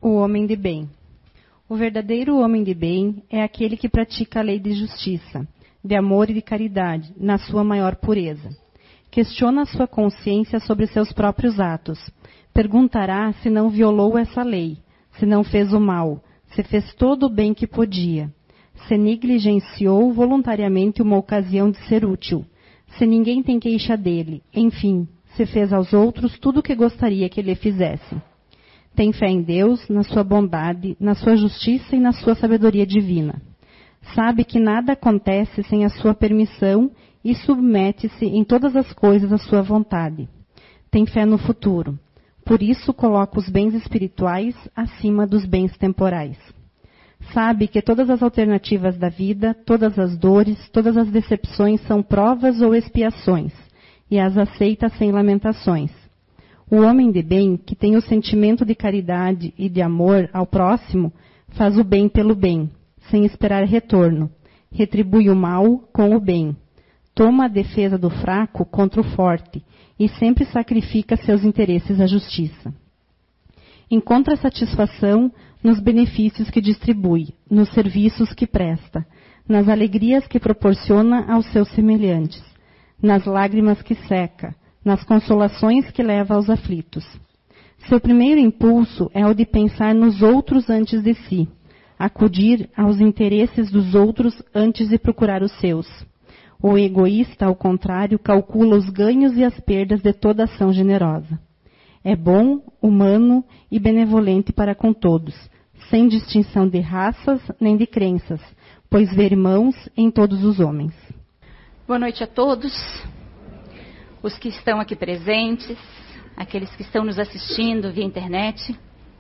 O homem de bem. O verdadeiro homem de bem é aquele que pratica a lei de justiça, de amor e de caridade, na sua maior pureza. Questiona a sua consciência sobre seus próprios atos. Perguntará se não violou essa lei, se não fez o mal, se fez todo o bem que podia, se negligenciou voluntariamente uma ocasião de ser útil, se ninguém tem queixa dele, enfim, se fez aos outros tudo o que gostaria que lhe fizesse. Tem fé em Deus, na sua bondade, na sua justiça e na sua sabedoria divina. Sabe que nada acontece sem a sua permissão e submete-se em todas as coisas à sua vontade. Tem fé no futuro. Por isso coloca os bens espirituais acima dos bens temporais. Sabe que todas as alternativas da vida, todas as dores, todas as decepções são provas ou expiações, e as aceita sem lamentações. O homem de bem, que tem o sentimento de caridade e de amor ao próximo, faz o bem pelo bem, sem esperar retorno. Retribui o mal com o bem. Toma a defesa do fraco contra o forte e sempre sacrifica seus interesses à justiça. Encontra satisfação nos benefícios que distribui, nos serviços que presta, nas alegrias que proporciona aos seus semelhantes, nas lágrimas que seca, nas consolações que leva aos aflitos. Seu primeiro impulso é o de pensar nos outros antes de si, acudir aos interesses dos outros antes de procurar os seus. O egoísta, ao contrário, calcula os ganhos e as perdas de toda ação generosa. É bom, humano e benevolente para com todos, sem distinção de raças nem de crenças, pois vê irmãos em todos os homens. Boa noite a todos. Os que estão aqui presentes, aqueles que estão nos assistindo via internet.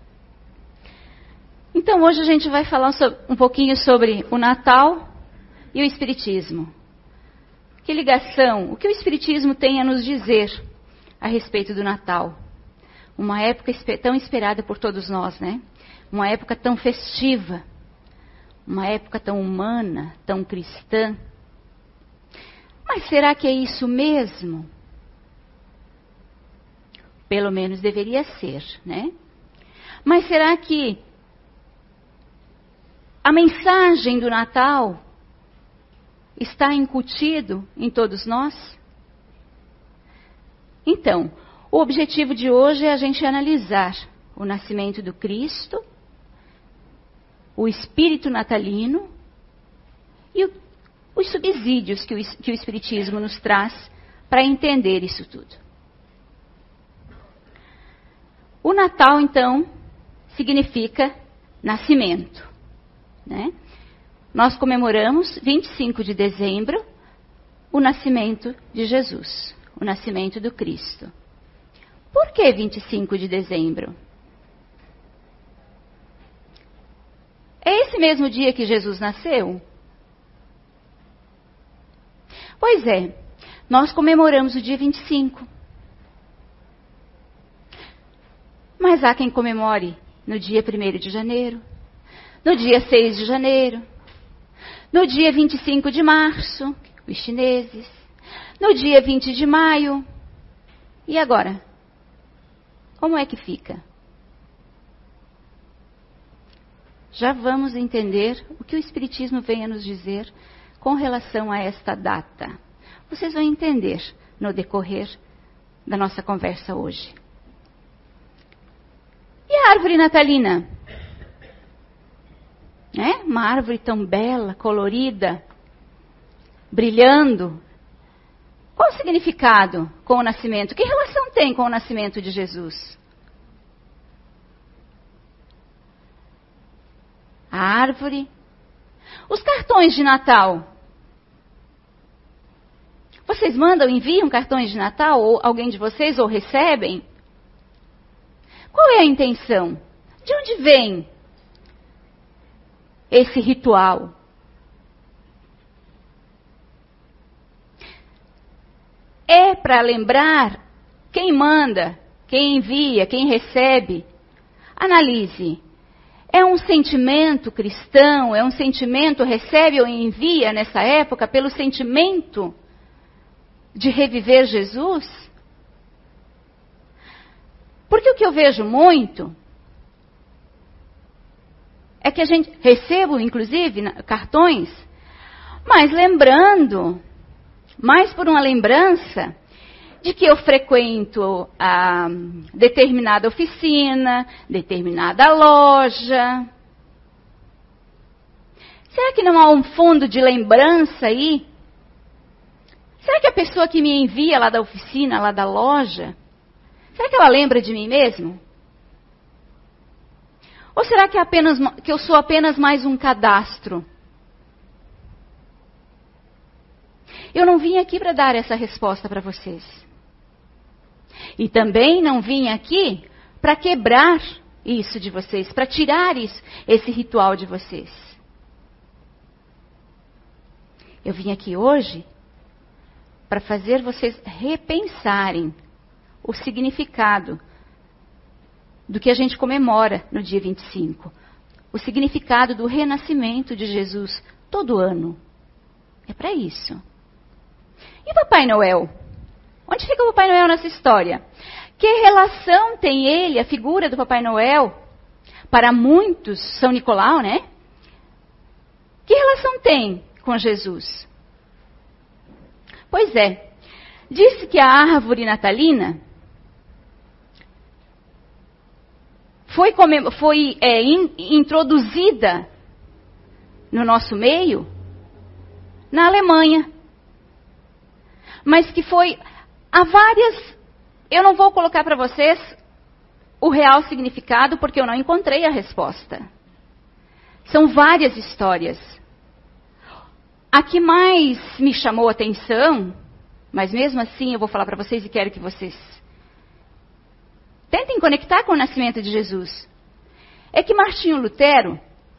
Então, hoje a gente vai falar um pouquinho sobre o Natal e o Espiritismo. Que ligação, o que o Espiritismo tem a nos dizer a respeito do Natal? Uma época tão esperada por todos nós, né? Uma época tão festiva, uma época tão humana, tão cristã. Mas será que é isso mesmo? Pelo menos deveria ser, né? Mas será que a mensagem do Natal está incutido em todos nós? Então, o objetivo de hoje é a gente analisar o nascimento do Cristo, o espírito natalino e os subsídios que o Espiritismo nos traz para entender isso tudo. O Natal, então, significa nascimento, né? Nós comemoramos 25 de dezembro o nascimento de Jesus, o nascimento do Cristo. Por que 25 de dezembro? É esse mesmo dia que Jesus nasceu? Pois é, nós comemoramos o dia 25. Mas há quem comemore no dia 1º de janeiro, no dia 6 de janeiro, no dia 25 de março, os chineses, no dia 20 de maio. E agora? Como é que fica? Já vamos entender o que o Espiritismo vem a nos dizer com relação a esta data. Vocês vão entender no decorrer da nossa conversa hoje. E a árvore natalina? Uma árvore tão bela, colorida, brilhando. Qual o significado com o nascimento? Que relação tem com o nascimento de Jesus? A árvore. Os cartões de Natal. Vocês enviam cartões de Natal? Ou alguém de vocês, ou recebem? Qual é a intenção? De onde vem esse ritual? É para lembrar quem manda, quem envia, quem recebe. Analise. É um sentimento cristão? É um sentimento, recebe ou envia nessa época pelo sentimento de reviver Jesus? Porque o que eu vejo muito é que a gente recebo, inclusive, cartões, mas lembrando, mais por uma lembrança de que eu frequento a determinada oficina, determinada loja. Será que não há um fundo de lembrança aí? Será que a pessoa que me envia lá da oficina, lá da loja, será que ela lembra de mim mesmo? Ou será que eu sou apenas mais um cadastro? Eu não vim aqui para dar essa resposta para vocês. E também não vim aqui para quebrar isso de vocês, para tirar isso, esse ritual de vocês. Eu vim aqui hoje para fazer vocês repensarem o significado do que a gente comemora no dia 25. O significado do renascimento de Jesus todo ano. É para isso. E o Papai Noel? Onde fica o Papai Noel nessa história? Que relação tem ele, a figura do Papai Noel? Para muitos, São Nicolau, né? Que relação tem com Jesus? Pois é, disse que a árvore natalina foi introduzida no nosso meio na Alemanha. Mas que foi há várias... Eu não vou colocar para vocês o real significado, porque eu não encontrei a resposta. São várias histórias. A que mais me chamou a atenção, mas mesmo assim eu vou falar para vocês e quero que vocês tentem conectar com o nascimento de Jesus, é que Martinho Lutero,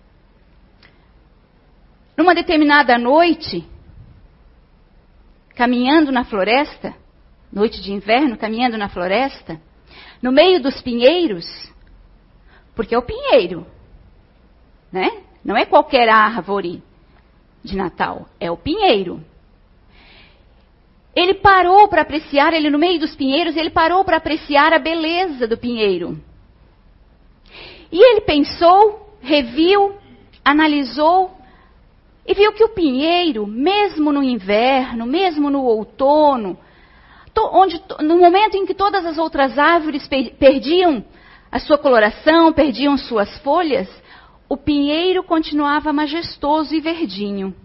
numa determinada noite, caminhando na floresta, noite de inverno, caminhando na floresta, no meio dos pinheiros, porque é o pinheiro, né? Não é qualquer árvore de Natal, é o pinheiro. Ele parou para apreciar, ele no meio dos pinheiros, ele parou para apreciar a beleza do pinheiro. E ele pensou, reviu, analisou, e viu que o pinheiro, mesmo no inverno, mesmo no outono, no momento em que todas as outras árvores perdiam a sua coloração, perdiam suas folhas, o pinheiro continuava majestoso e verdinho.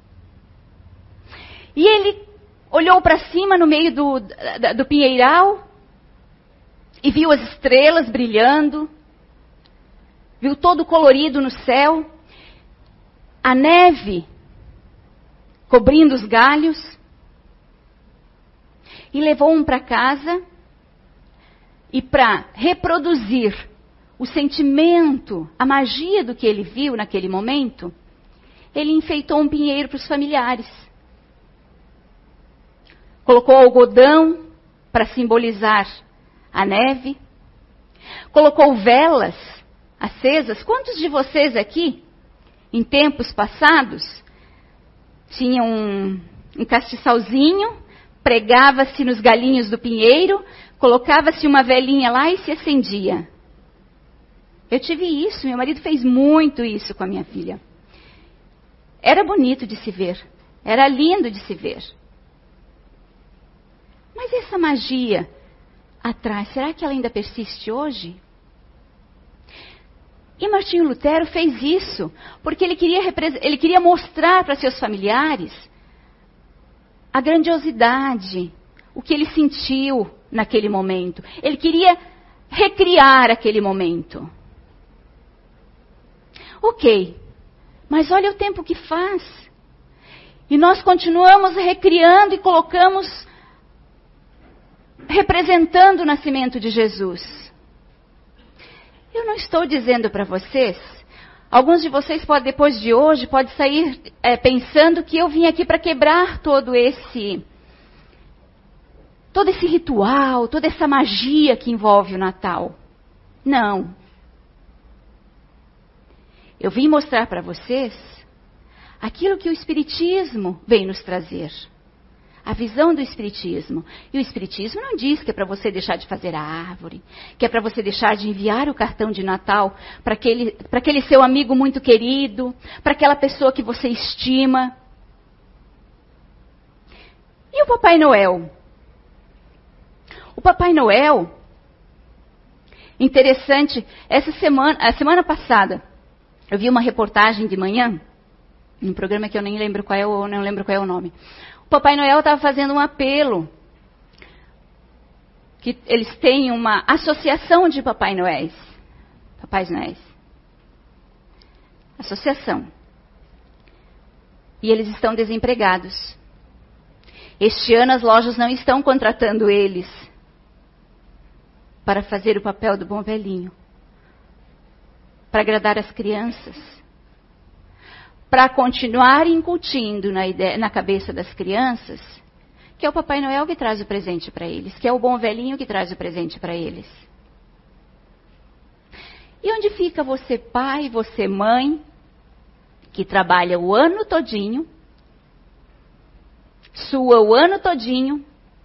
E ele olhou para cima no meio do pinheiral e viu as estrelas brilhando, viu todo colorido no céu, a neve cobrindo os galhos, e levou um para casa, e para reproduzir o sentimento, a magia do que ele viu naquele momento, ele enfeitou um pinheiro para os familiares. Colocou algodão para simbolizar a neve, colocou velas acesas. Quantos de vocês aqui, em tempos passados, tinham um castiçalzinho, pregava-se nos galinhos do pinheiro, colocava-se uma velinha lá e se acendia? Eu tive isso, meu marido fez muito isso com a minha filha. Era bonito de se ver, era lindo de se ver. Mas essa magia atrás, será que ela ainda persiste hoje? E Martinho Lutero fez isso porque ele queria mostrar para seus familiares a grandiosidade, o que ele sentiu naquele momento. Ele queria recriar aquele momento. Ok, mas olha o tempo que faz. E nós continuamos recriando e colocamos, representando o nascimento de Jesus. Eu não estou dizendo para vocês, alguns de vocês podem, depois de hoje, pode sair pensando que eu vim aqui para quebrar todo esse ritual, toda essa magia que envolve o Natal. Não. Eu vim mostrar para vocês aquilo que o Espiritismo vem nos trazer. A visão do Espiritismo. E o Espiritismo não diz que é para você deixar de fazer a árvore, que é para você deixar de enviar o cartão de Natal para aquele seu amigo muito querido, para aquela pessoa que você estima. E o Papai Noel? O Papai Noel, interessante, a semana passada, eu vi uma reportagem de manhã, num programa que eu nem lembro qual é o nome. O Papai Noel estava fazendo um apelo, que eles têm uma associação de Papais Noéis. Associação. E eles estão desempregados. Este ano as lojas não estão contratando eles para fazer o papel do bom velhinho, para agradar as crianças, para continuar incutindo na cabeça das crianças que é o Papai Noel que traz o presente para eles, que é o bom velhinho que traz o presente para eles. E onde fica você pai, você mãe, que trabalha o ano todinho, sua o ano todinho,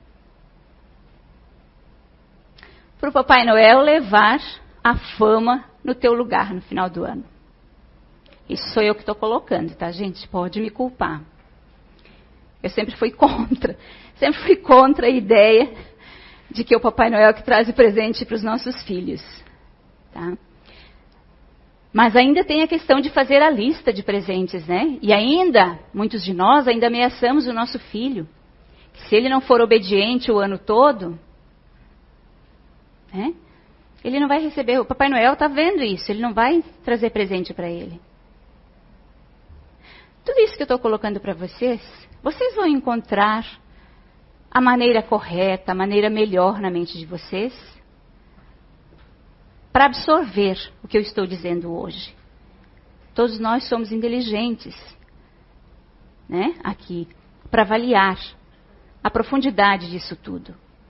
para o Papai Noel levar a fama no teu lugar no final do ano? Isso sou eu que estou colocando, tá, gente? Pode me culpar. Eu sempre fui contra a ideia de que é o Papai Noel que traz o presente para os nossos filhos, tá? Mas ainda tem a questão de fazer a lista de presentes, né? E ainda, muitos de nós ainda ameaçamos o nosso filho, que se ele não for obediente o ano todo, né, ele não vai receber. O Papai Noel está vendo isso, ele não vai trazer presente para ele. Tudo isso que eu estou colocando para vocês vão encontrar a maneira correta, a maneira melhor na mente de vocês, para absorver o que eu estou dizendo hoje. Todos nós somos inteligentes, né, aqui, para avaliar a profundidade disso tudo.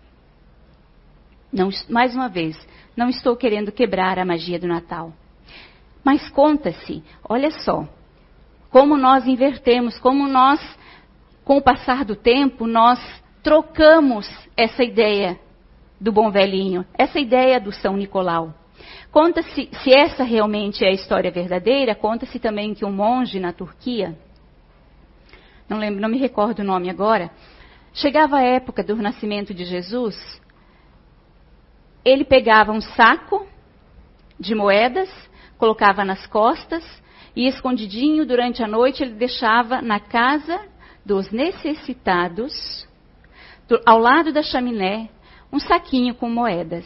Não, mais uma vez, não estou querendo quebrar a magia do Natal. Mas conta-se, olha só, como nós invertemos, como nós, com o passar do tempo, nós trocamos essa ideia do bom velhinho, essa ideia do São Nicolau. Conta-se, se essa realmente é a história verdadeira, conta-se também que um monge na Turquia, não me recordo o nome agora, chegava a época do nascimento de Jesus, ele pegava um saco de moedas, colocava nas costas e escondidinho durante a noite ele deixava na casa dos necessitados, ao lado da chaminé, um saquinho com moedas.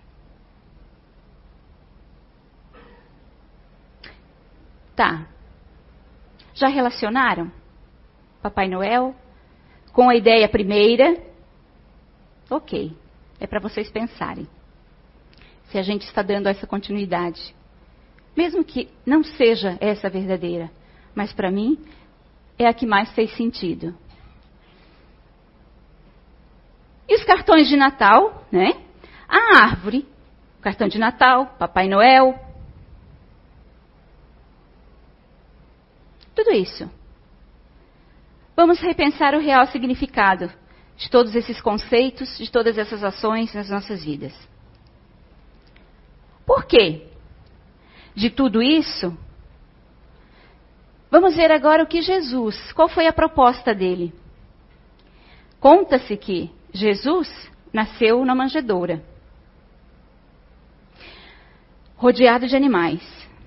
Tá. Já relacionaram Papai Noel com a ideia primeira? Ok. É para vocês pensarem. Se a gente está dando essa continuidade. Mesmo que não seja essa verdadeira. Mas para mim, é a que mais fez sentido. E os cartões de Natal, né? A árvore, o cartão de Natal, Papai Noel. Tudo isso. Vamos repensar o real significado de todos esses conceitos, de todas essas ações nas nossas vidas. Por quê? De tudo isso, vamos ver agora o que Jesus, qual foi a proposta dele. Conta-se que Jesus nasceu na manjedoura, rodeado de animais.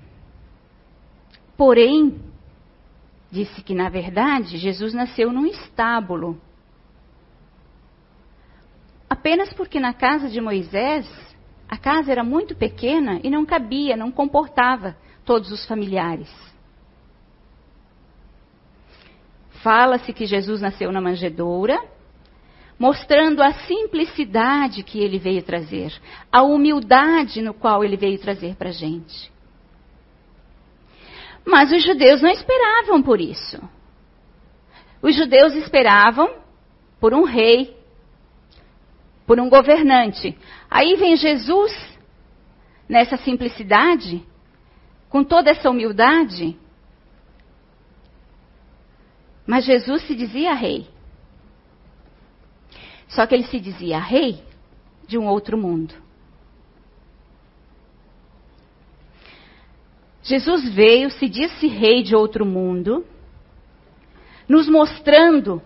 Porém, disse que, na verdade, Jesus nasceu num estábulo. Apenas porque na casa de Moisés, a casa era muito pequena e não cabia, não comportava todos os familiares. Fala-se que Jesus nasceu na manjedoura, mostrando a simplicidade que ele veio trazer, a humildade no qual ele veio trazer para a gente. Mas os judeus não esperavam por isso. Os judeus esperavam por um rei, por um governante. Aí vem Jesus, nessa simplicidade, com toda essa humildade. Mas Jesus se dizia rei. Só que ele se dizia rei de um outro mundo. Jesus veio, se disse rei de outro mundo, nos mostrando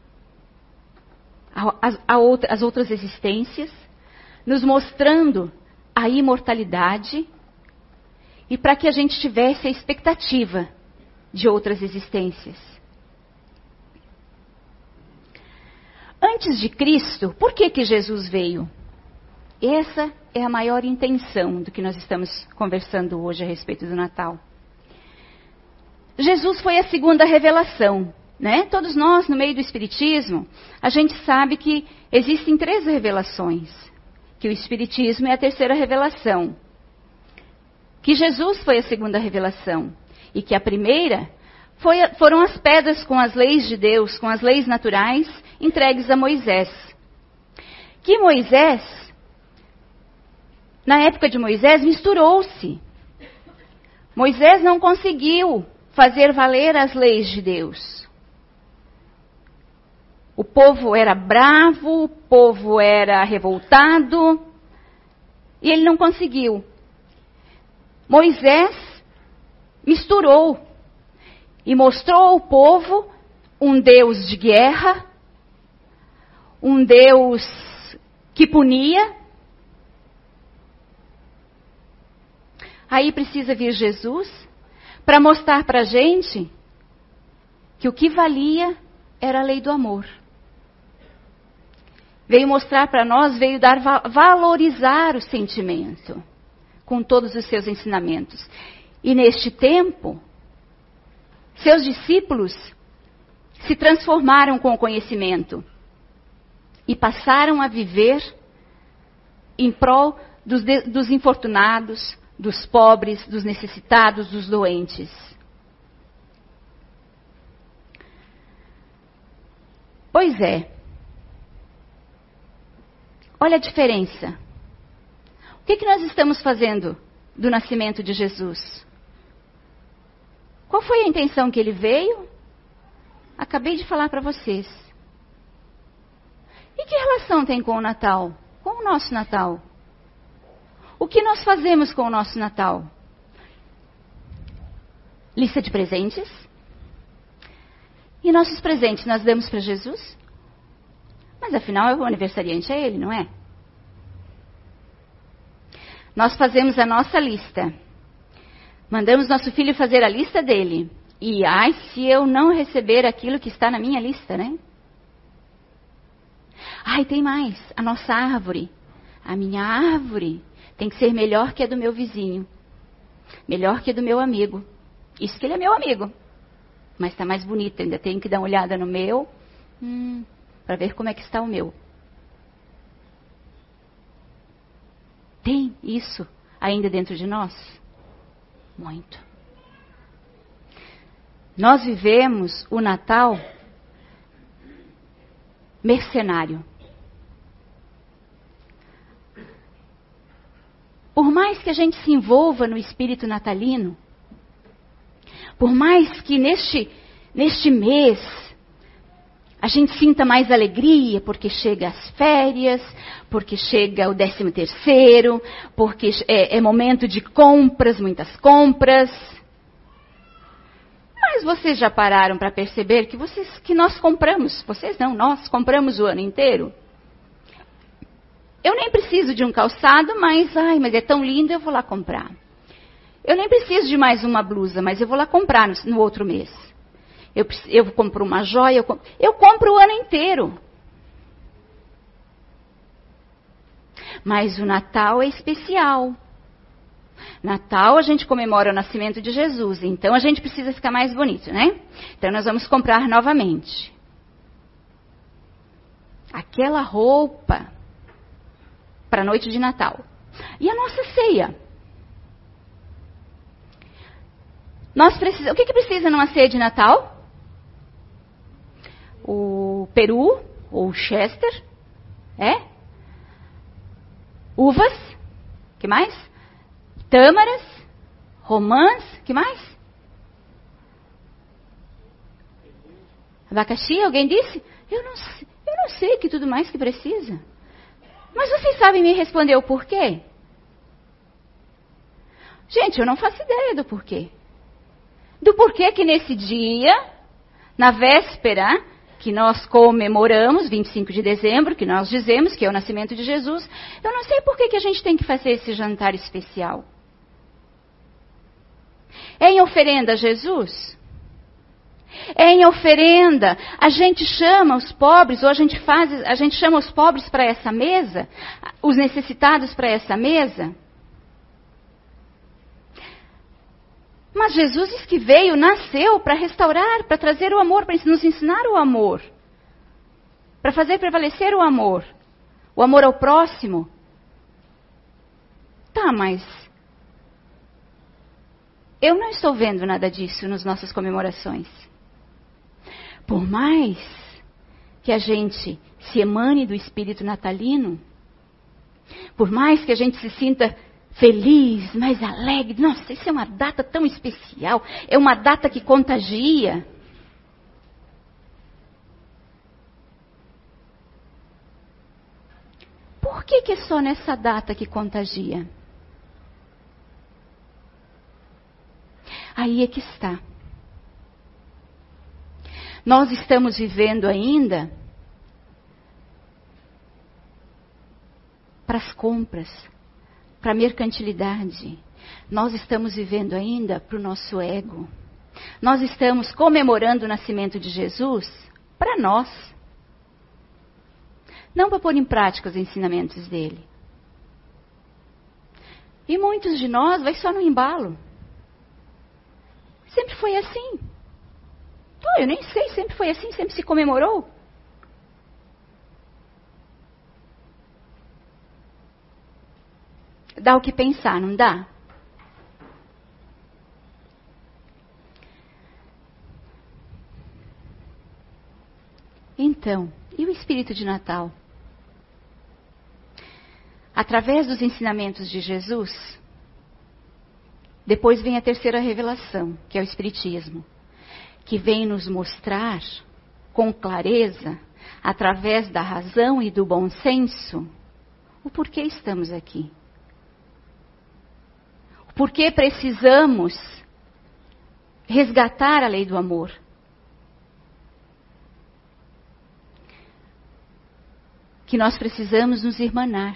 as outras existências, nos mostrando a imortalidade, e para que a gente tivesse a expectativa de outras existências. Antes de Cristo, por que Jesus veio? Essa é a maior intenção do que nós estamos conversando hoje a respeito do Natal. Jesus foi a segunda revelação, né? Todos nós, no meio do Espiritismo, a gente sabe que existem 3 revelações. Que o Espiritismo é a terceira revelação. Que Jesus foi a segunda revelação. E que a primeira foram as pedras com as leis de Deus, com as leis naturais, entregues a Moisés. Que Moisés, na época de Moisés, misturou-se. Moisés não conseguiu fazer valer as leis de Deus. O povo era bravo, o povo era revoltado, e ele não conseguiu. Moisés misturou e mostrou ao povo um Deus de guerra, um Deus que punia. Aí precisa vir Jesus para mostrar para a gente que o que valia era a lei do amor. Veio mostrar para nós, veio valorizar o sentimento com todos os seus ensinamentos. E neste tempo, seus discípulos se transformaram com o conhecimento e passaram a viver em prol dos infortunados, dos pobres, dos necessitados, dos doentes. Pois é. Olha a diferença. O que nós estamos fazendo do nascimento de Jesus? Qual foi a intenção que ele veio? Acabei de falar para vocês. E que relação tem com o Natal? Com o nosso Natal? O que nós fazemos com o nosso Natal? Lista de presentes? E nossos presentes nós damos para Jesus? Mas afinal o aniversariante é ele, não é? Nós fazemos a nossa lista. Mandamos nosso filho fazer a lista dele. E ai, se eu não receber aquilo que está na minha lista, né? Ai, tem mais. A nossa árvore. A minha árvore tem que ser melhor que a do meu vizinho. Melhor que a do meu amigo. Isso que ele é meu amigo. Mas está mais bonita. Ainda tenho que dar uma olhada no meu. Para ver como é que está o meu. Tem isso ainda dentro de nós? Muito. Nós vivemos o Natal mercenário. Por mais que a gente se envolva no espírito natalino, por mais que neste mês a gente sinta mais alegria, porque chega as férias, porque chega o 13º, porque é momento de compras, muitas compras. Mas vocês já pararam para perceber que nós compramos, vocês não, nós compramos o ano inteiro? Eu nem preciso de um calçado, mas é tão lindo, eu vou lá comprar. Eu nem preciso de mais uma blusa, mas eu vou lá comprar no outro mês. Eu compro uma joia, eu compro o ano inteiro. Mas o Natal é especial. Natal a gente comemora o nascimento de Jesus, então a gente precisa ficar mais bonito, né? Então nós vamos comprar novamente. Aquela roupa para a noite de Natal. E a nossa ceia? O que precisa numa ceia de Natal? O peru, ou chester, uvas, que mais? Tâmaras, romãs, que mais? Abacaxi, alguém disse? Eu não Eu sei que tudo mais que precisa. Mas vocês sabem me responder o porquê? Gente, eu não faço ideia do porquê. Do porquê que nesse dia, na véspera, que nós comemoramos, 25 de dezembro, que nós dizemos que é o nascimento de Jesus, eu não sei por que a gente tem que fazer esse jantar especial. É em oferenda a Jesus? É em oferenda. A gente chama os pobres, ou a gente chama os pobres para essa mesa, os necessitados para essa mesa. Mas Jesus diz que veio, nasceu para restaurar, para trazer o amor, para nos ensinar o amor. Para fazer prevalecer o amor ao próximo. Tá, mas eu não estou vendo nada disso nas nossas comemorações. Por mais que a gente se emane do espírito natalino, por mais que a gente se sinta feliz, mais alegre, nossa, isso é uma data tão especial, é uma data que contagia. Por que é só nessa data que contagia? Aí é que está. Nós estamos vivendo ainda para as compras, para a mercantilidade. Nós estamos vivendo ainda para o nosso ego. Nós estamos comemorando o nascimento de Jesus para nós. Não para pôr em prática os ensinamentos dele. E muitos de nós vai só no embalo. Sempre foi assim. Eu nem sei, sempre foi assim, sempre se comemorou. Dá o que pensar, não dá? Então, e o espírito de Natal? Através dos ensinamentos de Jesus, depois vem a terceira revelação, que é o Espiritismo, que vem nos mostrar com clareza, através da razão e do bom senso, o porquê estamos aqui. O porquê precisamos resgatar a lei do amor. Que nós precisamos nos irmanar.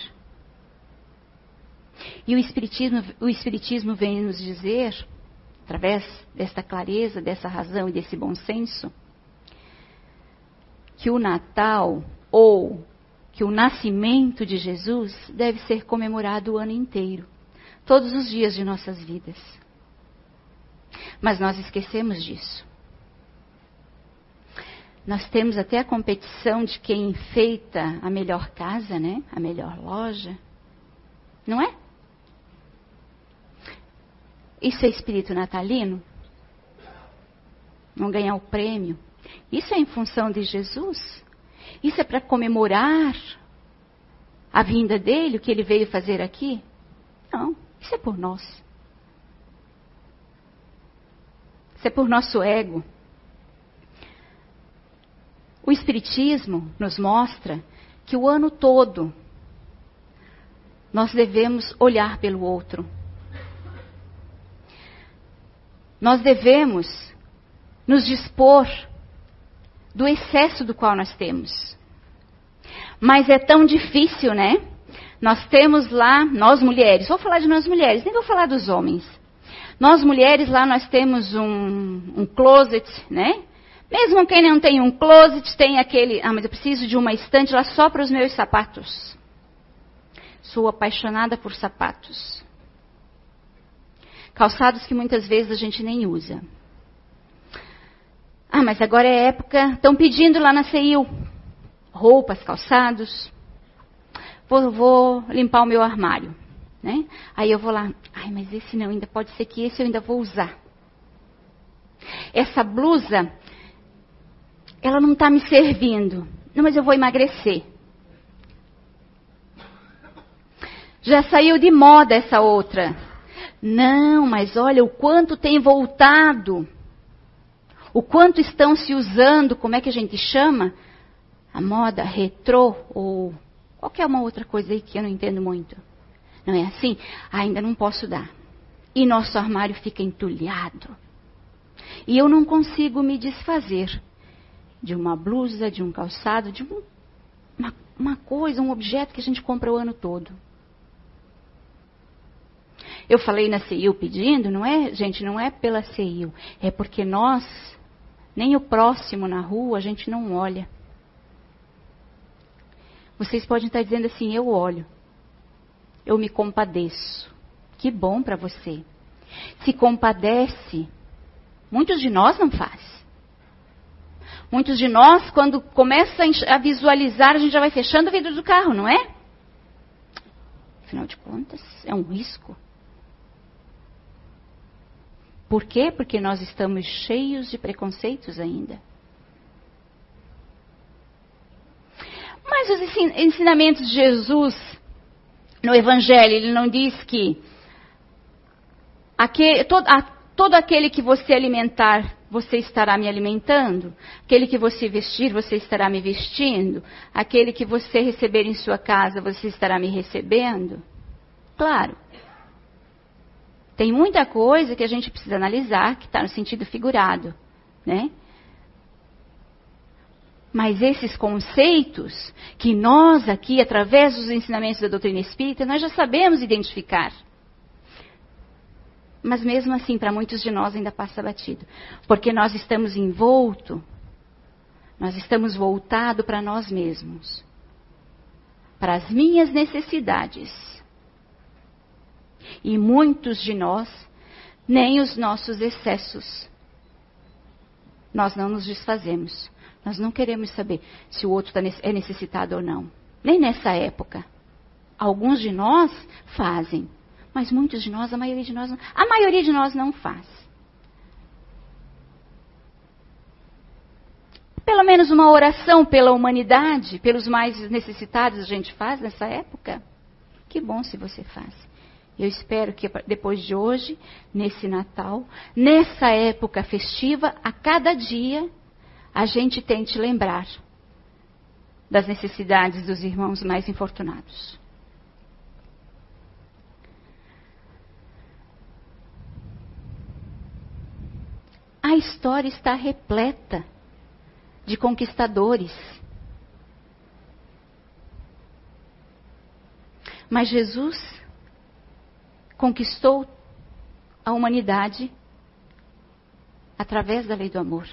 E o Espiritismo vem nos dizer, através desta clareza, dessa razão e desse bom senso, que o Natal, ou que o nascimento de Jesus, deve ser comemorado o ano inteiro, todos os dias de nossas vidas. Mas nós esquecemos disso. Nós temos até a competição de quem enfeita a melhor casa, né? A melhor loja. Não é? Isso é espírito natalino? Não ganhar o prêmio? Isso é em função de Jesus? Isso é para comemorar a vinda dele, o que ele veio fazer aqui? Não, isso é por nós. Isso é por nosso ego. O Espiritismo nos mostra que o ano todo nós devemos olhar pelo outro. Nós devemos nos dispor do excesso do qual nós temos. Mas é tão difícil, né? Nós temos lá, nós mulheres, vou falar de nós mulheres, nem vou falar dos homens. Nós mulheres lá, nós temos um closet, né? Mesmo quem não tem um closet, tem aquele, mas eu preciso de uma estante lá só para os meus sapatos. Sou apaixonada por sapatos. Calçados que muitas vezes a gente nem usa. Mas agora é época, estão pedindo lá na CEIU. Roupas, calçados. Vou limpar o meu armário. Né? Aí eu vou lá, mas esse não, ainda pode ser que esse eu ainda vou usar. Essa blusa, ela não está me servindo. Não, mas eu vou emagrecer. Já saiu de moda essa outra. Não, mas olha o quanto tem voltado. O quanto estão se usando, como é que a gente chama? a moda retrô ou qualquer uma outra coisa aí que eu não entendo muito. Não é assim? Ainda não posso dar. E nosso armário fica entulhado. E eu não consigo me desfazer de uma blusa, de um calçado, de uma coisa, um objeto que a gente compra o ano todo. Eu falei na CEIU pedindo, não é, gente, não é pela CEIU. É porque nós, nem o próximo na rua, a gente não olha. Vocês podem estar dizendo assim, eu olho. Eu me compadeço. Que bom para você. Se compadece, muitos de nós não faz. Muitos de nós, quando começa a visualizar, a gente já vai fechando o vidro do carro, não é? Afinal de contas, é um risco. Por quê? Porque nós estamos cheios de preconceitos ainda. Mas os ensinamentos de Jesus no Evangelho, ele não diz que todo aquele que você alimentar, você estará me alimentando. Aquele que você vestir, você estará me vestindo. Aquele que você receber em sua casa, você estará me recebendo. Claro. Tem muita coisa que a gente precisa analisar, que está no sentido figurado, né? Mas esses conceitos que nós aqui, através dos ensinamentos da doutrina espírita, nós já sabemos identificar. Mas mesmo assim, para muitos de nós ainda passa batido. Porque nós estamos voltados para nós mesmos. Para as minhas necessidades. E muitos de nós, nem os nossos excessos, nós não nos desfazemos. Nós não queremos saber se o outro é necessitado ou não. Nem nessa época. Alguns de nós fazem. Mas muitos de nós, a maioria de nós não faz. Pelo menos uma oração pela humanidade, pelos mais necessitados a gente faz nessa época. Que bom se você faz. Eu espero que depois de hoje, nesse Natal, nessa época festiva, a cada dia, a gente tente lembrar das necessidades dos irmãos mais infortunados. A história está repleta de conquistadores. Mas Jesus conquistou a humanidade através da lei do amor.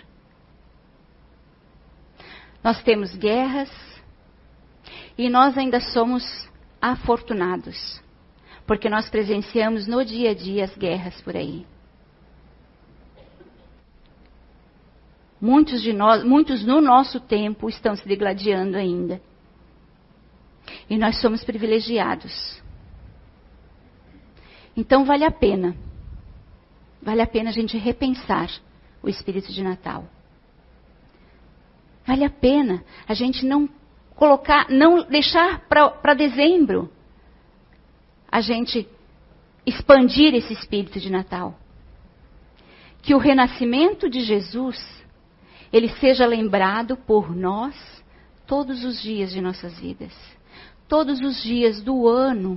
Nós temos guerras e nós ainda somos afortunados, porque nós presenciamos no dia a dia as guerras por aí. Muitos no nosso tempo estão se degladiando ainda. E nós somos privilegiados. Então vale a pena a gente repensar o espírito de Natal. Vale a pena a gente não deixar para dezembro a gente expandir esse espírito de Natal. Que o renascimento de Jesus, ele seja lembrado por nós todos os dias de nossas vidas. Todos os dias do ano.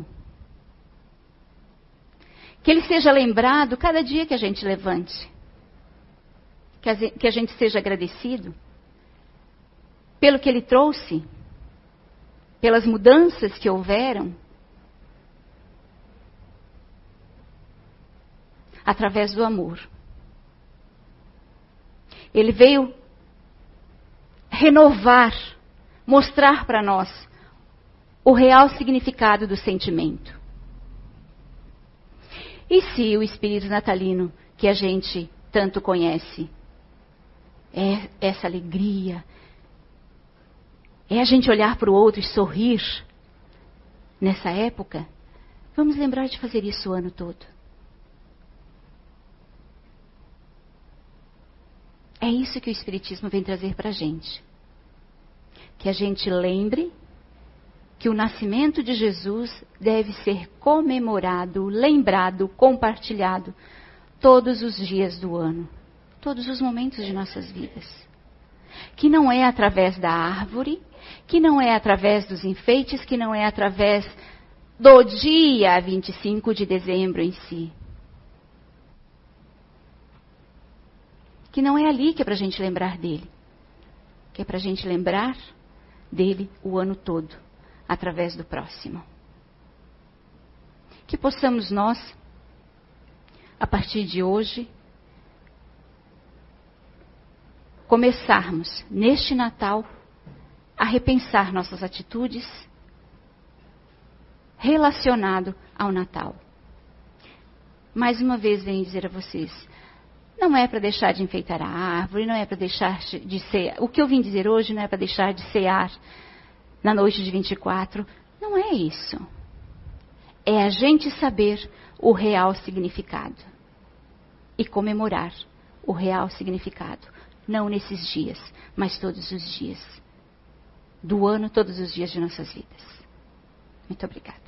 Que ele seja lembrado cada dia que a gente levante. Que a gente seja agradecido pelo que ele trouxe, pelas mudanças que houveram, através do amor. Ele veio renovar, mostrar para nós o real significado do sentimento. E se o espírito natalino que a gente tanto conhece é essa alegria, é a gente olhar para o outro e sorrir nessa época, vamos lembrar de fazer isso o ano todo. É isso que o Espiritismo vem trazer para a gente. Que a gente lembre que o nascimento de Jesus deve ser comemorado, lembrado, compartilhado todos os dias do ano, todos os momentos de nossas vidas. Que não é através da árvore, que não é através dos enfeites, que não é através do dia 25 de dezembro em si. Que não é ali que é para a gente lembrar dele. Que é para a gente lembrar dele o ano todo, através do próximo. Que possamos nós, a partir de hoje, começarmos neste Natal a repensar nossas atitudes relacionado ao Natal. Mais uma vez venho dizer a vocês, não é para deixar de enfeitar a árvore, não é para deixar de cear. O que eu vim dizer hoje não é para deixar de cear na noite de 24. Não é isso. É a gente saber o real significado. E comemorar o real significado. Não nesses dias, mas todos os dias. Do ano, todos os dias de nossas vidas. Muito obrigada.